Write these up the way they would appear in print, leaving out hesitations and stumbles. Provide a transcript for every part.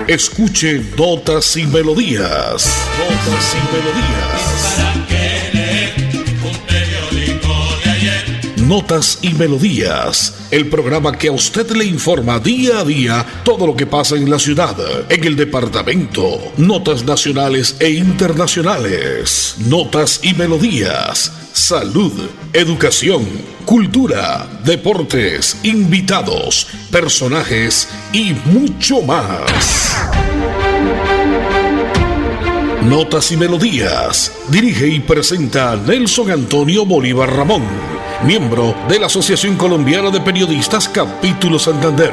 Escuche Notas y Melodías. Notas y Melodías. Notas y Melodías, el programa que a usted le informa día a día todo lo que pasa en la ciudad, en el departamento, notas nacionales e internacionales. Notas y Melodías, salud, educación, cultura, deportes, invitados, personajes y mucho más. Notas y Melodías, dirige y presenta Nelson Antonio Bolívar Ramón, miembro de la Asociación Colombiana de Periodistas Capítulo Santander.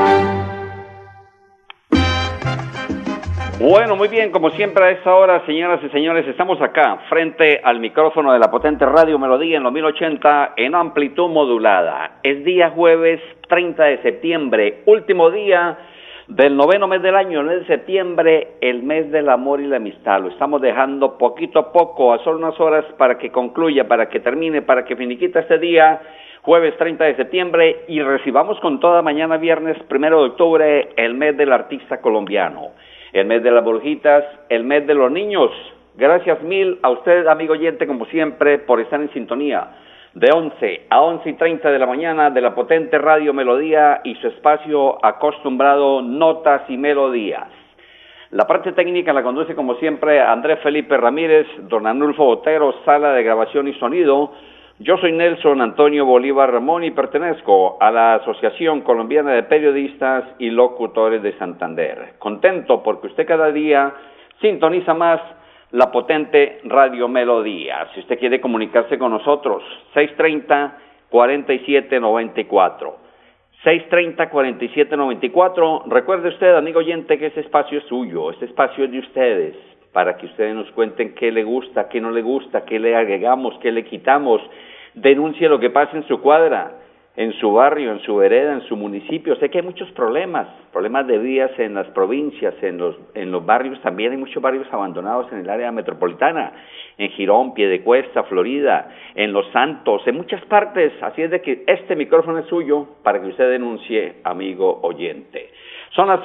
Bueno, muy bien, como siempre a esta hora, señoras y señores, estamos acá, frente al micrófono de la potente Radio Melodía en los 1080 en amplitud modulada. Es día jueves 30 de septiembre, último día del noveno mes del año, el mes de septiembre, el mes del amor y la amistad. Lo estamos dejando poquito a poco, a solo unas horas para que concluya, para que termine, para que finiquita este día, jueves 30 de septiembre, y recibamos con toda mañana viernes 1 de octubre el mes del artista colombiano, el mes de las burbujitas, el mes de los niños. Gracias mil a usted, amigo oyente, como siempre, por estar en sintonía de 11 a 11:30 de la mañana de la potente Radio Melodía y su espacio acostumbrado Notas y Melodías. La parte técnica la conduce como siempre Andrés Felipe Ramírez, don Arnulfo Botero, sala de grabación y sonido. Yo soy Nelson Antonio Bolívar Ramón y pertenezco a la Asociación Colombiana de Periodistas y Locutores de Santander. Contento porque usted cada día sintoniza más la potente Radio Melodía. Si usted quiere comunicarse con nosotros, 630-4794. 630-4794. Recuerde usted, amigo oyente, que este espacio es suyo, este espacio es de ustedes, para que ustedes nos cuenten qué le gusta, qué no le gusta, qué le agregamos, qué le quitamos. Denuncie lo que pasa en su cuadra, en su barrio, en su vereda, en su municipio. Sé que hay muchos problemas de vías en las provincias, en los barrios también. Hay muchos barrios abandonados en el área metropolitana, en Girón, Piedecuesta, Florida, en Los Santos, en muchas partes. Así es de que este micrófono es suyo para que usted denuncie, amigo oyente. Son las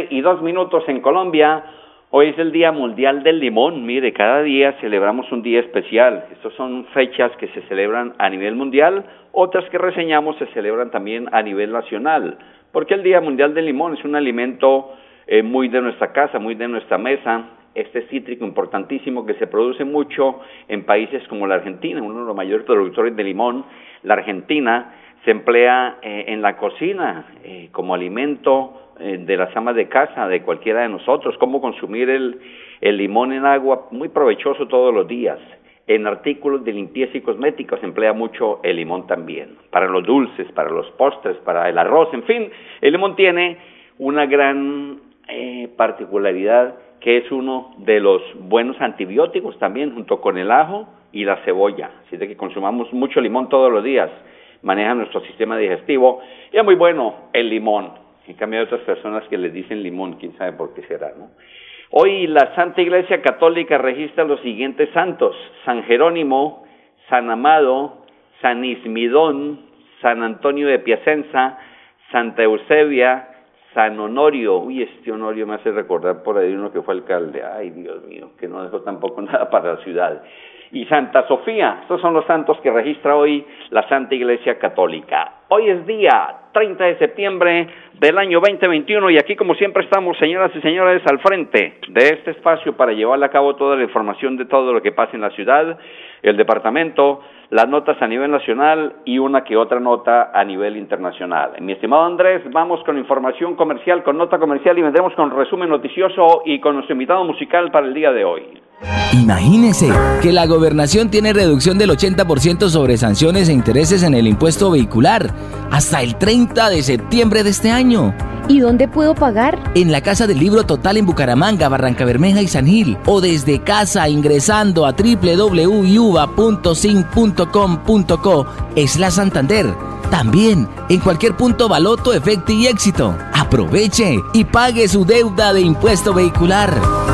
11:02 en Colombia. Hoy es el Día Mundial del Limón. Mire, cada día celebramos un día especial. Estas son fechas que se celebran a nivel mundial, otras que reseñamos se celebran también a nivel nacional, porque el Día Mundial del Limón es un alimento muy de nuestra casa, muy de nuestra mesa. Este cítrico importantísimo que se produce mucho en países como la Argentina, uno de los mayores productores de limón. La Argentina se emplea en la cocina como alimento de las amas de casa, de cualquiera de nosotros. Cómo consumir el limón en agua, muy provechoso todos los días. En artículos de limpieza y cosméticos se emplea mucho el limón también. Para los dulces, para los postres, para el arroz, en fin. El limón tiene una gran particularidad, que es uno de los buenos antibióticos también, junto con el ajo y la cebolla. Así de que consumamos mucho limón todos los días. Maneja nuestro sistema digestivo y es muy bueno el limón. En cambio hay otras personas que les dicen limón, quién sabe por qué será, ¿no? Hoy la Santa Iglesia Católica registra los siguientes santos: San Jerónimo, San Amado, San Ismidón, San Antonio de Piacenza, Santa Eusebia, San Honorio. Uy, este Honorio me hace recordar por ahí uno que fue alcalde. Ay, Dios mío, que no dejó tampoco nada para la ciudad. Y Santa Sofía. Estos son los santos que registra hoy la Santa Iglesia Católica. Hoy es día 30 de septiembre del año 2021 y aquí, como siempre, estamos, señoras y señores, al frente de este espacio para llevarle a cabo toda la información de todo lo que pasa en la ciudad, el departamento, las notas a nivel nacional y una que otra nota a nivel internacional. Mi estimado Andrés, vamos con información comercial, con nota comercial, y vendremos con resumen noticioso y con nuestro invitado musical para el día de hoy. Imagínese que la gobernación tiene reducción del 80% sobre sanciones e intereses en el impuesto vehicular hasta el 30 de septiembre de este año. ¿Y dónde puedo pagar? En la Casa del Libro Total en Bucaramanga, Barrancabermeja y San Gil, o desde casa ingresando a www.iuba.sin.com.co/Santander. También en cualquier punto Baloto, Efecti y Éxito. Aproveche y pague su deuda de impuesto vehicular.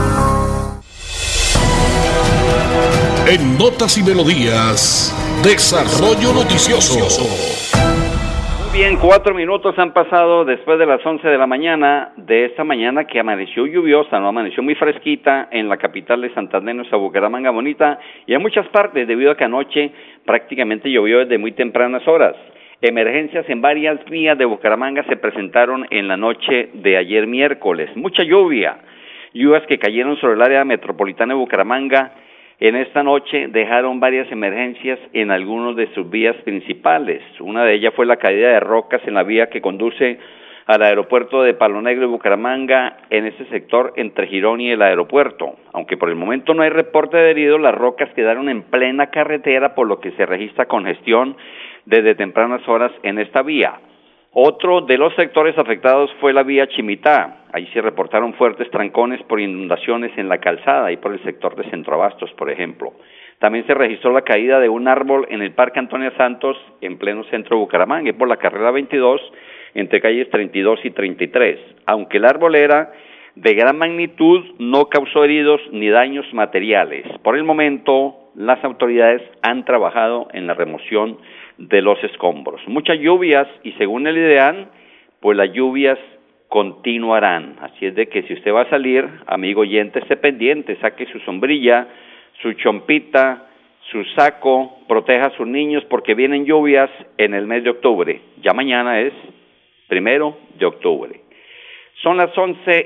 En Notas y Melodías, Desarrollo Noticioso. Bien, 4 minutos han pasado después de las 11 de la mañana de esta mañana que amaneció lluviosa, no amaneció muy fresquita en la capital de Santander, nuestra Bucaramanga bonita, y en muchas partes debido a que anoche prácticamente llovió desde muy tempranas horas. Emergencias en varias vías de Bucaramanga se presentaron en la noche de ayer miércoles. Mucha lluvia, lluvias que cayeron sobre el área metropolitana de Bucaramanga. En esta noche dejaron varias emergencias en algunos de sus vías principales. Una de ellas fue la caída de rocas en la vía que conduce al aeropuerto de Palo Negro y Bucaramanga, en ese sector entre Girón y el aeropuerto. Aunque por el momento no hay reporte de heridos, las rocas quedaron en plena carretera, por lo que se registra congestión desde tempranas horas en esta vía. Otro de los sectores afectados fue la vía Chimitá. Ahí se reportaron fuertes trancones por inundaciones en la calzada y por el sector de Centroabastos, por ejemplo. También se registró la caída de un árbol en el Parque Antonio Santos, en pleno centro de Bucaramanga, y por la carrera 22, entre calles 32 y 33. Aunque el árbol era de gran magnitud, no causó heridos ni daños materiales. Por el momento, las autoridades han trabajado en la remoción de los escombros. Muchas lluvias y según el IDEAN, pues las lluvias continuarán. Así es de que si usted va a salir, amigo oyente, esté pendiente, saque su sombrilla, su chompita, su saco, proteja a sus niños porque vienen lluvias en el mes de octubre. Ya mañana es 1 de octubre. Son las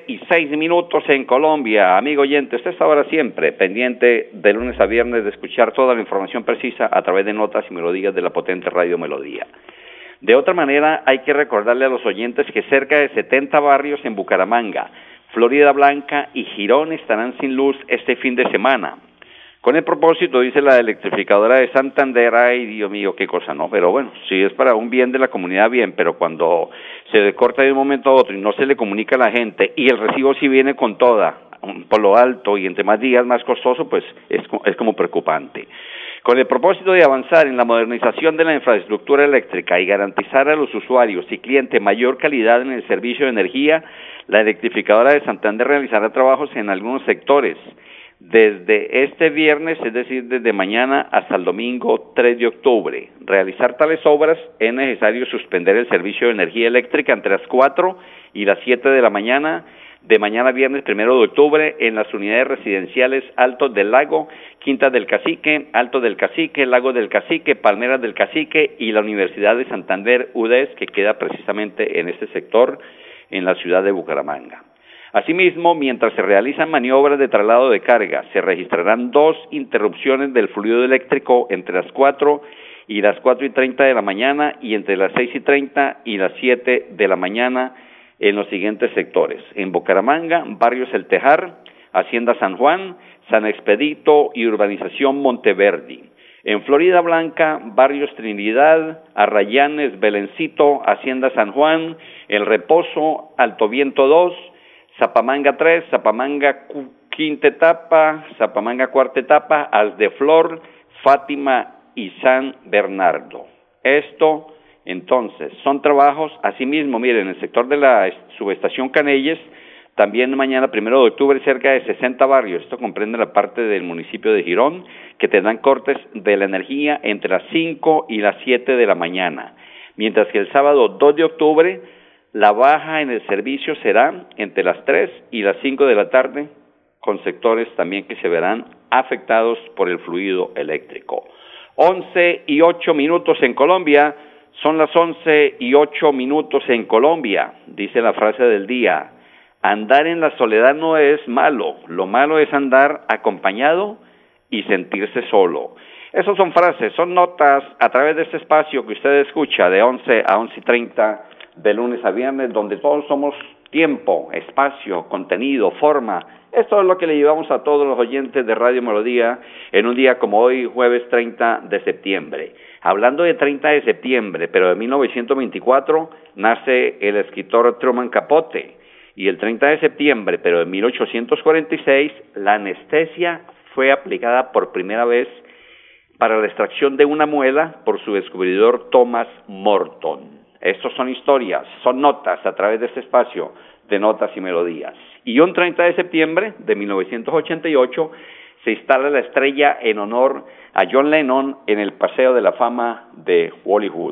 11:06 en Colombia. Amigo oyente, usted está ahora siempre pendiente de lunes a viernes de escuchar toda la información precisa a través de notas y melodías de la potente Radio Melodía. De otra manera, hay que recordarle a los oyentes que cerca de 70 barrios en Bucaramanga, Florida Blanca y Girón estarán sin luz este fin de semana. Con el propósito, dice la electrificadora de Santander, ay Dios mío, qué cosa, ¿no? Pero bueno, si es para un bien de la comunidad, bien, pero cuando se corta de un momento a otro y no se le comunica a la gente y el recibo sí viene con toda, por lo alto y entre más días más costoso, pues es como preocupante. Con el propósito de avanzar en la modernización de la infraestructura eléctrica y garantizar a los usuarios y clientes mayor calidad en el servicio de energía, la electrificadora de Santander realizará trabajos en algunos sectores. Desde este viernes, es decir, desde mañana hasta el domingo 3 de octubre. Realizar tales obras es necesario suspender el servicio de energía eléctrica entre las 4 y las 7 de la mañana, de mañana viernes 1 de octubre, en las unidades residenciales Altos del Lago, Quintas del Cacique, Alto del Cacique, Lago del Cacique, Palmeras del Cacique y la Universidad de Santander UDES, que queda precisamente en este sector, en la ciudad de Bucaramanga. Asimismo, mientras se realizan maniobras de traslado de carga, se registrarán 2 interrupciones del fluido eléctrico entre las 4 y las 4:30 de la mañana y entre las 6:30 y las 7 de la mañana en los siguientes sectores. En Bucaramanga, barrios El Tejar, Hacienda San Juan, San Expedito y Urbanización Monteverdi. En Florida Blanca, barrios Trinidad, Arrayanes, Belencito, Hacienda San Juan, El Reposo, Alto Viento 2, Zapamanga 3, Zapamanga quinta etapa, Zapamanga cuarta etapa, Asdeflor, Fátima y San Bernardo. Esto, entonces, son trabajos, asimismo, miren, en el sector de la subestación Canelles, también mañana, 1 de octubre, cerca de 60 barrios, esto comprende la parte del municipio de Girón, que tendrán cortes de la energía entre las 5 y las 7 de la mañana, mientras que el sábado 2 de octubre, la baja en el servicio será entre las 3 y las 5 de la tarde, con sectores también que se verán afectados por el fluido eléctrico. 11:08 en Colombia, son las 11:08 en Colombia, dice la frase del día. Andar en la soledad no es malo, lo malo es andar acompañado y sentirse solo. Esas son frases, son notas a través de este espacio que usted escucha de 11 a 11:30 de lunes a viernes, donde todos somos tiempo, espacio, contenido, forma. Esto es lo que le llevamos a todos los oyentes de Radio Melodía en un día como hoy, jueves 30 de septiembre. Hablando de 30 de septiembre, pero de 1924, nace el escritor Truman Capote. Y el 30 de septiembre, pero de 1846, la anestesia fue aplicada por primera vez para la extracción de una muela por su descubridor Thomas Morton. Estos son historias, son notas a través de este espacio de notas y melodías. Y un 30 de septiembre de 1988 se instala la estrella en honor a John Lennon en el Paseo de la Fama de Hollywood.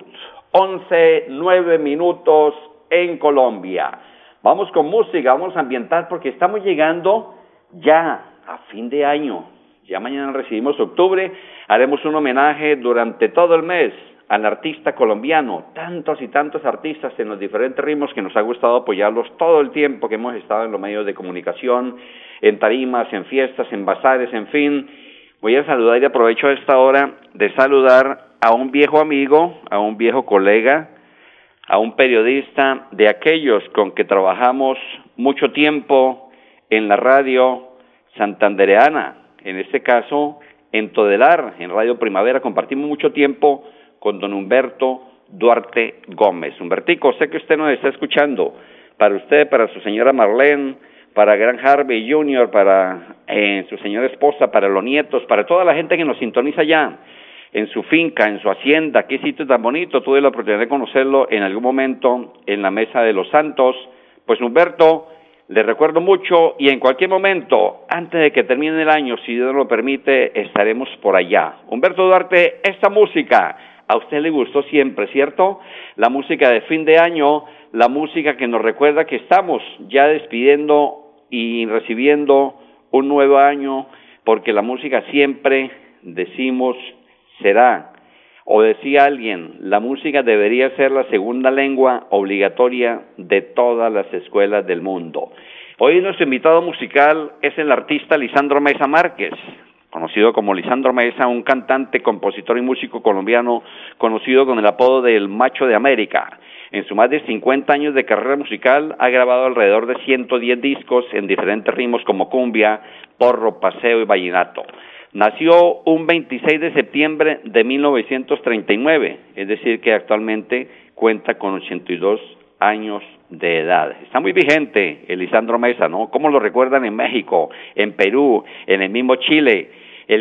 11:09 en Colombia. Vamos con música, vamos a ambientar porque estamos llegando ya a fin de año. Ya mañana recibimos octubre, haremos un homenaje durante todo el mes al artista colombiano, tantos y tantos artistas en los diferentes ritmos que nos ha gustado apoyarlos todo el tiempo que hemos estado en los medios de comunicación, en tarimas, en fiestas, en bazares, en fin. Voy a saludar y aprovecho a esta hora de saludar a un viejo amigo, a un viejo colega, a un periodista de aquellos con que trabajamos mucho tiempo en la radio santandereana, en este caso en Todelar, en Radio Primavera, compartimos mucho tiempo con don Humberto Duarte Gómez. Humbertico, sé que usted nos está escuchando, para usted, para su señora Marlene, para Gran Harvey Jr., para su señora esposa, para los nietos, para toda la gente que nos sintoniza allá, en su finca, en su hacienda, qué sitio tan bonito, tuve la oportunidad de conocerlo en algún momento en la Mesa de los Santos. Pues Humberto, le recuerdo mucho y en cualquier momento, antes de que termine el año, si Dios lo permite, estaremos por allá. Humberto Duarte, esta música a usted le gustó siempre, ¿cierto? La música de fin de año, la música que nos recuerda que estamos ya despidiendo y recibiendo un nuevo año, porque la música siempre, decimos, será, o decía alguien, la música debería ser la segunda lengua obligatoria de todas las escuelas del mundo. Hoy nuestro invitado musical es el artista Lisandro Mesa Márquez, conocido como Lisandro Mesa, un cantante, compositor y músico colombiano conocido con el apodo del Macho de América. En sus más de 50 años de carrera musical ha grabado alrededor de 110 discos en diferentes ritmos como cumbia, porro, paseo y vallenato. Nació un 26 de septiembre de 1939, es decir que actualmente cuenta con 82 años de edad. Está muy vigente el Lisandro Mesa, ¿no? ¿Cómo lo recuerdan en México, en Perú, en el mismo Chile? El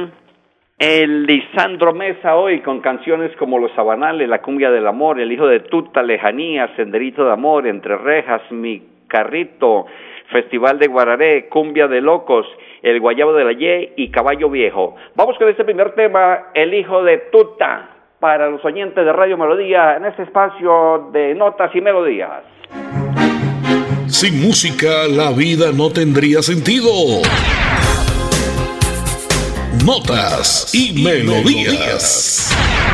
Lisandro Mesa hoy con canciones como Los Sabanales, La Cumbia del Amor, El Hijo de Tuta, Lejanía, Senderito de Amor, Entre Rejas, Mi Carrito, Festival de Guararé, Cumbia de Locos, El Guayabo de la Ye y Caballo Viejo. Vamos con este primer tema, El Hijo de Tuta, para los oyentes de Radio Melodía, en este espacio de Notas y Melodías. Sin música, la vida no tendría sentido. Notas y Melodías.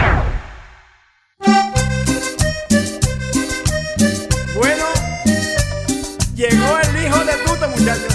Bueno, llegó el hijo de Tuta, muchachos.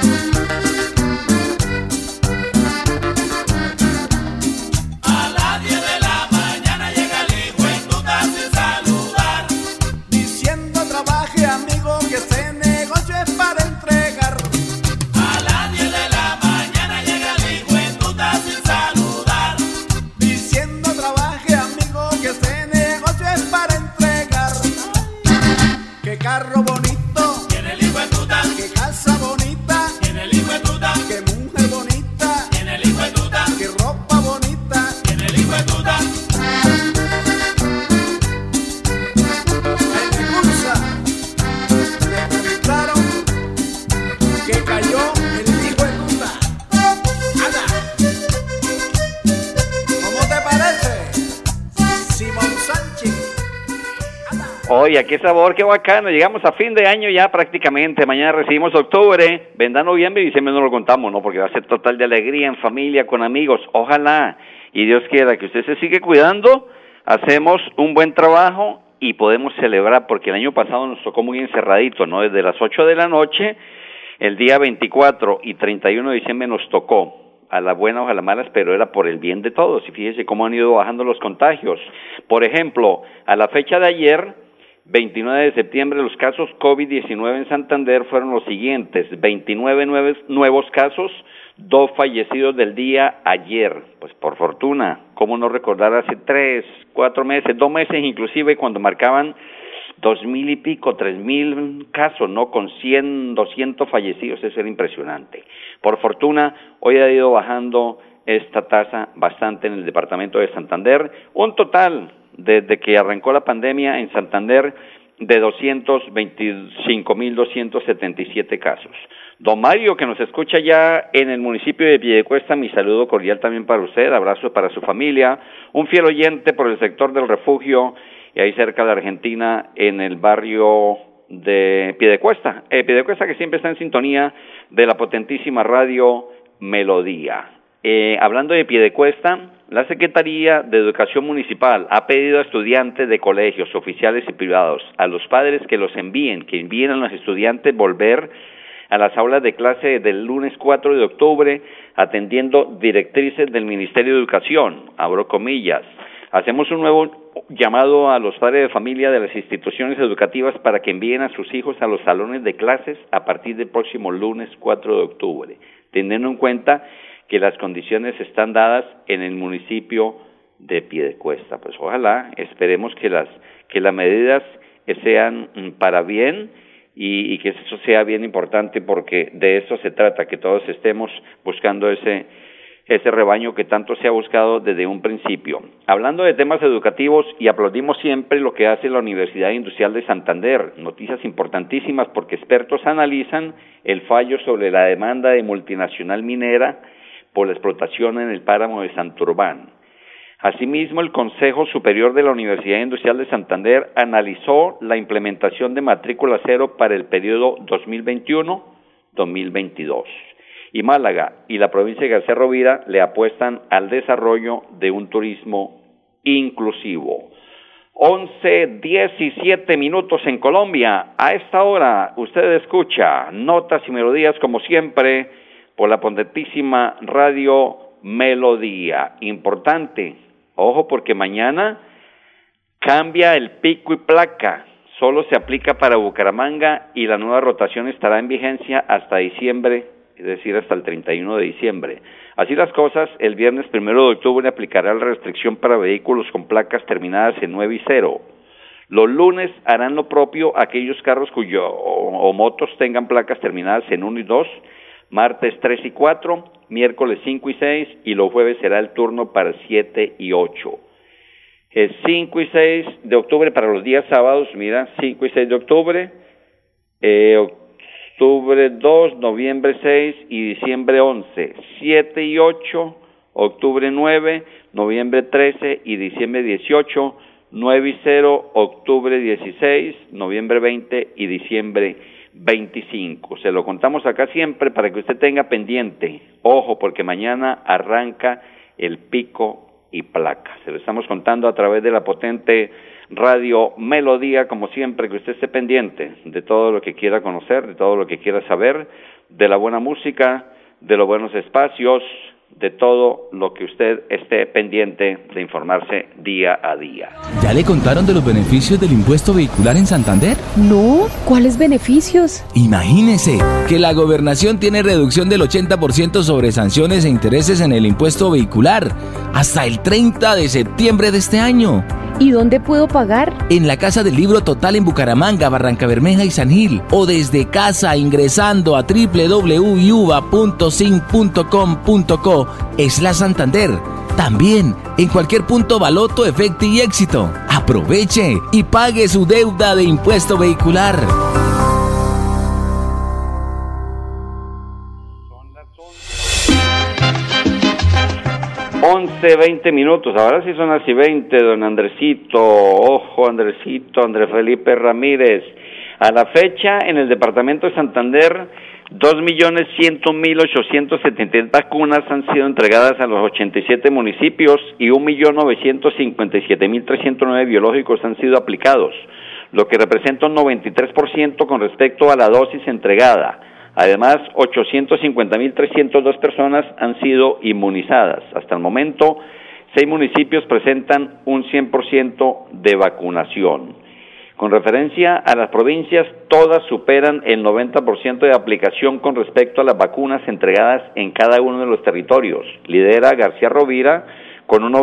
A la Oye, qué sabor, qué bacano. Llegamos a fin de año ya prácticamente. Mañana recibimos octubre. Vendrá noviembre y diciembre no lo contamos, ¿no? Porque va a ser total de alegría en familia, con amigos. Ojalá y Dios quiera que usted se siga cuidando. Hacemos un buen trabajo y podemos celebrar, porque el año pasado nos tocó muy encerradito, ¿no? Desde las 8 de la noche, el día 24 y 31 de diciembre nos tocó. A las buenas o a las malas, pero era por el bien de todos. Y fíjese cómo han ido bajando los contagios. Por ejemplo, a la fecha de ayer, 29 de septiembre, los casos COVID-19 en Santander fueron los siguientes: 29 nuevos casos, 2 fallecidos del día ayer. Pues por fortuna, cómo no recordar hace 3, 4 meses, 2 meses inclusive, cuando marcaban 2,000 y pico, 3,000 casos, ¿no? Con 100, 200 fallecidos, eso era impresionante. Por fortuna, hoy ha ido bajando esta tasa bastante en el departamento de Santander. Un total, desde que arrancó la pandemia en Santander, de 225,277 casos. Don Mario, que nos escucha ya en el municipio de Piedecuesta, mi saludo cordial también para usted, abrazo para su familia, un fiel oyente por el sector del Refugio, y ahí cerca de Argentina, en el barrio de Piedecuesta. Piedecuesta, que siempre está en sintonía de la potentísima radio Melodía. Hablando de Piedecuesta, la Secretaría de Educación Municipal ha pedido a estudiantes de colegios oficiales y privados, a los padres que envíen a los estudiantes volver a las aulas de clase del lunes 4 de octubre, atendiendo directrices del Ministerio de Educación, abro comillas. Hacemos un nuevo llamado a los padres de familia de las instituciones educativas para que envíen a sus hijos a los salones de clases a partir del próximo lunes 4 de octubre, teniendo en cuenta que las condiciones están dadas en el municipio de Piedecuesta. Pues ojalá, esperemos que las medidas sean para bien y que eso sea bien importante, porque de eso se trata, que todos estemos buscando ese rebaño que tanto se ha buscado desde un principio. Hablando de temas educativos, y aplaudimos siempre lo que hace la Universidad Industrial de Santander, noticias importantísimas porque expertos analizan el fallo sobre la demanda de multinacional minera por la explotación en el páramo de Santurbán. Asimismo, el Consejo Superior de la Universidad Industrial de Santander analizó la implementación de matrícula cero para el periodo 2021-2022. Y Málaga y la provincia de García Rovira le apuestan al desarrollo de un turismo inclusivo. 11:17 minutos en Colombia. A esta hora usted escucha Notas y Melodías, como siempre, por la potentísima radio Melodía. Importante, ojo, porque mañana cambia el pico y placa. Solo se aplica para Bucaramanga y la nueva rotación estará en vigencia hasta diciembre, es decir, hasta el 31 de diciembre. Así las cosas, el viernes 1 de octubre aplicará la restricción para vehículos con placas terminadas en 9 y 0. Los lunes harán lo propio aquellos carros o motos tengan placas terminadas en 1 y 2, martes 3 y 4, miércoles 5 y 6, y los jueves será el turno para 7 y 8. El 5 y 6 de octubre para los días sábados, mira, 5 y 6 de octubre, octubre 2, noviembre 6 y diciembre 11, 7 y 8, octubre 9, noviembre 13 y diciembre 18, 9 y 0, octubre 16, noviembre 20 y diciembre 25. Se lo contamos acá siempre para que usted tenga pendiente. Ojo, porque mañana arranca el pico y placa. Se lo estamos contando a través de la potente radio Melodía, como siempre, que usted esté pendiente de todo lo que quiera conocer, de todo lo que quiera saber, de la buena música, de los buenos espacios, de todo lo que usted esté pendiente de informarse día a día. ¿Ya le contaron de los beneficios del impuesto vehicular en Santander? No, ¿cuáles beneficios? Imagínese que la gobernación tiene reducción del 80% sobre sanciones e intereses en el impuesto vehicular hasta el 30 de septiembre de este año. ¿Y dónde puedo pagar? En la Casa del Libro Total en Bucaramanga, Barrancabermeja y San Gil, o desde casa ingresando a www.sin.com.co/Santander. También en cualquier punto Baloto, Efecti y Éxito. Aproveche y pague su deuda de impuesto vehicular. 11:20 minutos, ahora sí son así 20, don Andresito, ojo Andresito, Andrés Felipe Ramírez. A la fecha, en el departamento de Santander, 2.100.870 vacunas han sido entregadas a los 87 municipios y 1.957.309 biológicos han sido aplicados, lo que representa un 93% con respecto a la dosis entregada. Además, 850.302 personas han sido inmunizadas. Hasta el momento, 6 municipios presentan un 100% de vacunación. Con referencia a las provincias, todas superan el 90% de aplicación con respecto a las vacunas entregadas en cada uno de los territorios. Lidera García Rovira con un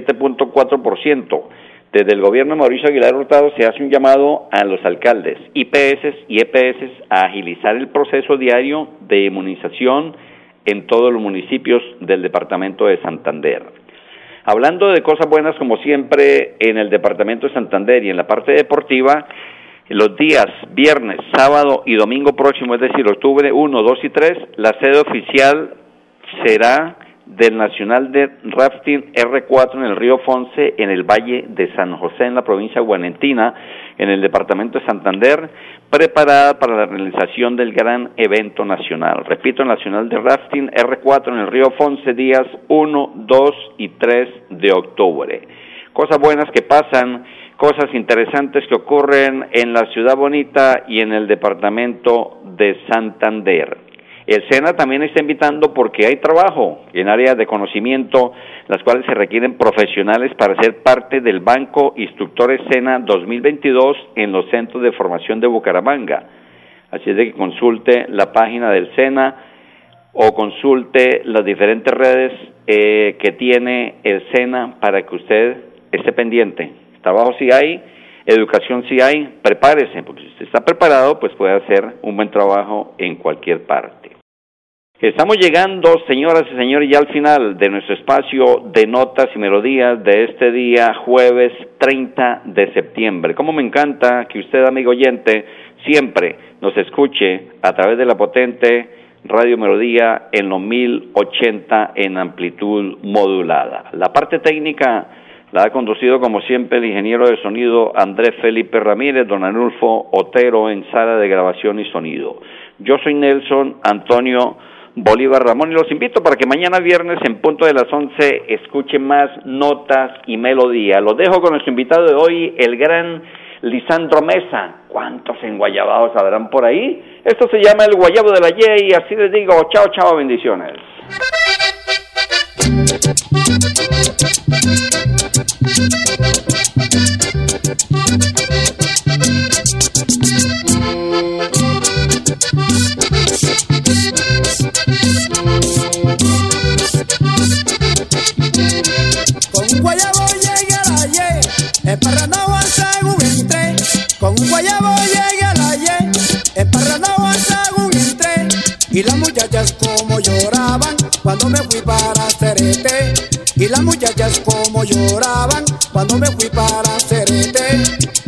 97.4%. Desde el gobierno de Mauricio Aguilar Hurtado se hace un llamado a los alcaldes, IPS y EPS a agilizar el proceso diario de inmunización en todos los municipios del departamento de Santander. Hablando de cosas buenas, como siempre, en el departamento de Santander y en la parte deportiva, los días viernes, sábado y domingo próximo, es decir, octubre 1, 2 y 3, la sede oficial será del Nacional de Rafting R4 en el río Fonce, en el Valle de San José, en la provincia de Guanentina, en el departamento de Santander, preparada para la realización del gran evento nacional. Repito, el Nacional de Rafting R4 en el río Fonce, días 1, 2 y 3 de octubre. Cosas buenas que pasan, cosas interesantes que ocurren en la ciudad bonita y en el departamento de Santander. El SENA también está invitando porque hay trabajo en áreas de conocimiento, las cuales se requieren profesionales para ser parte del Banco Instructores SENA 2022 en los centros de formación de Bucaramanga. Así es de que consulte la página del SENA o consulte las diferentes redes que tiene el SENA para que usted esté pendiente. Trabajo sí hay, educación sí hay, prepárese, porque si usted está preparado, pues puede hacer un buen trabajo en cualquier parte. Estamos llegando, señoras y señores, ya al final de nuestro espacio de notas y melodías de este día, jueves 30 de septiembre. Como me encanta que usted, amigo oyente, siempre nos escuche a través de la potente Radio Melodía en los 1080 en amplitud modulada. La parte técnica la ha conducido, como siempre, el ingeniero de sonido Andrés Felipe Ramírez, don Anulfo Otero en sala de grabación y sonido. Yo soy Nelson Antonio Bolívar Ramón y los invito para que mañana viernes en punto de las 11 escuchen más notas y melodía. Los dejo con nuestro invitado de hoy, el gran Lisandro Mesa. ¿Cuántos enguayabados habrán por ahí? Esto se llama el guayabo de la Y y así les digo, chao, chao, bendiciones. Con un guayabo llegué a la Y, emparranado al sagún entré. Con un guayabo llegué a la Y, emparranado al sagún entré. Y las muchachas como lloraban cuando me fui para Cerete. Y las muchachas como lloraban cuando me fui para Cerete.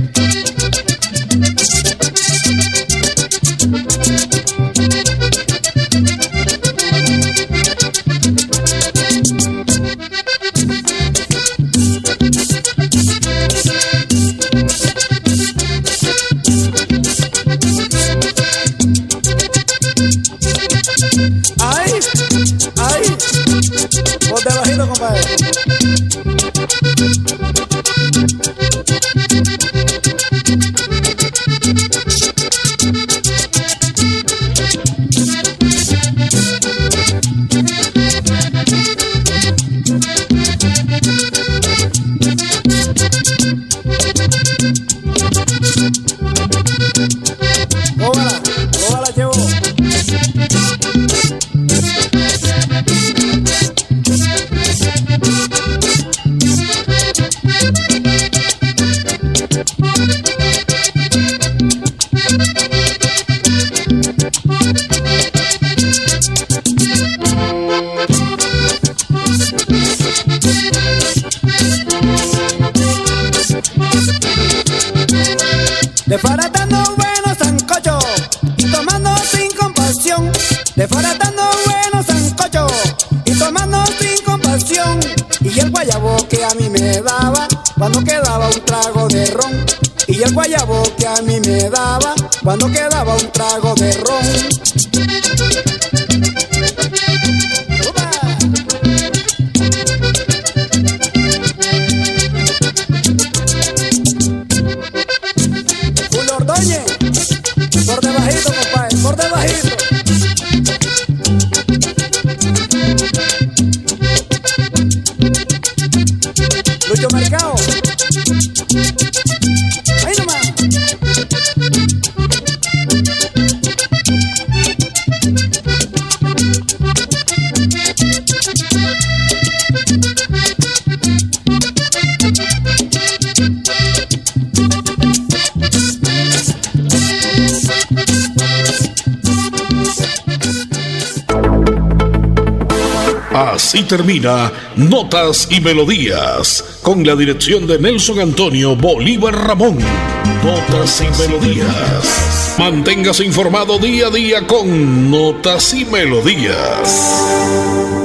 Desbaratando buenos sancochos y tomando sin compasión. Desbaratando buenos sancochos y tomando sin compasión. a mí me daba cuando quedaba un trago de ron. Y el guayabo que a mí me daba cuando quedaba un trago de ron. Julio Ordóñez, por debajito, compadre, por debajito. Lucho Mercado. Ahí nomás. Así termina Notas y Melodías, con la dirección de Nelson Antonio Bolívar Ramón. Notas y Melodías. Manténgase informado día a día con Notas y Melodías.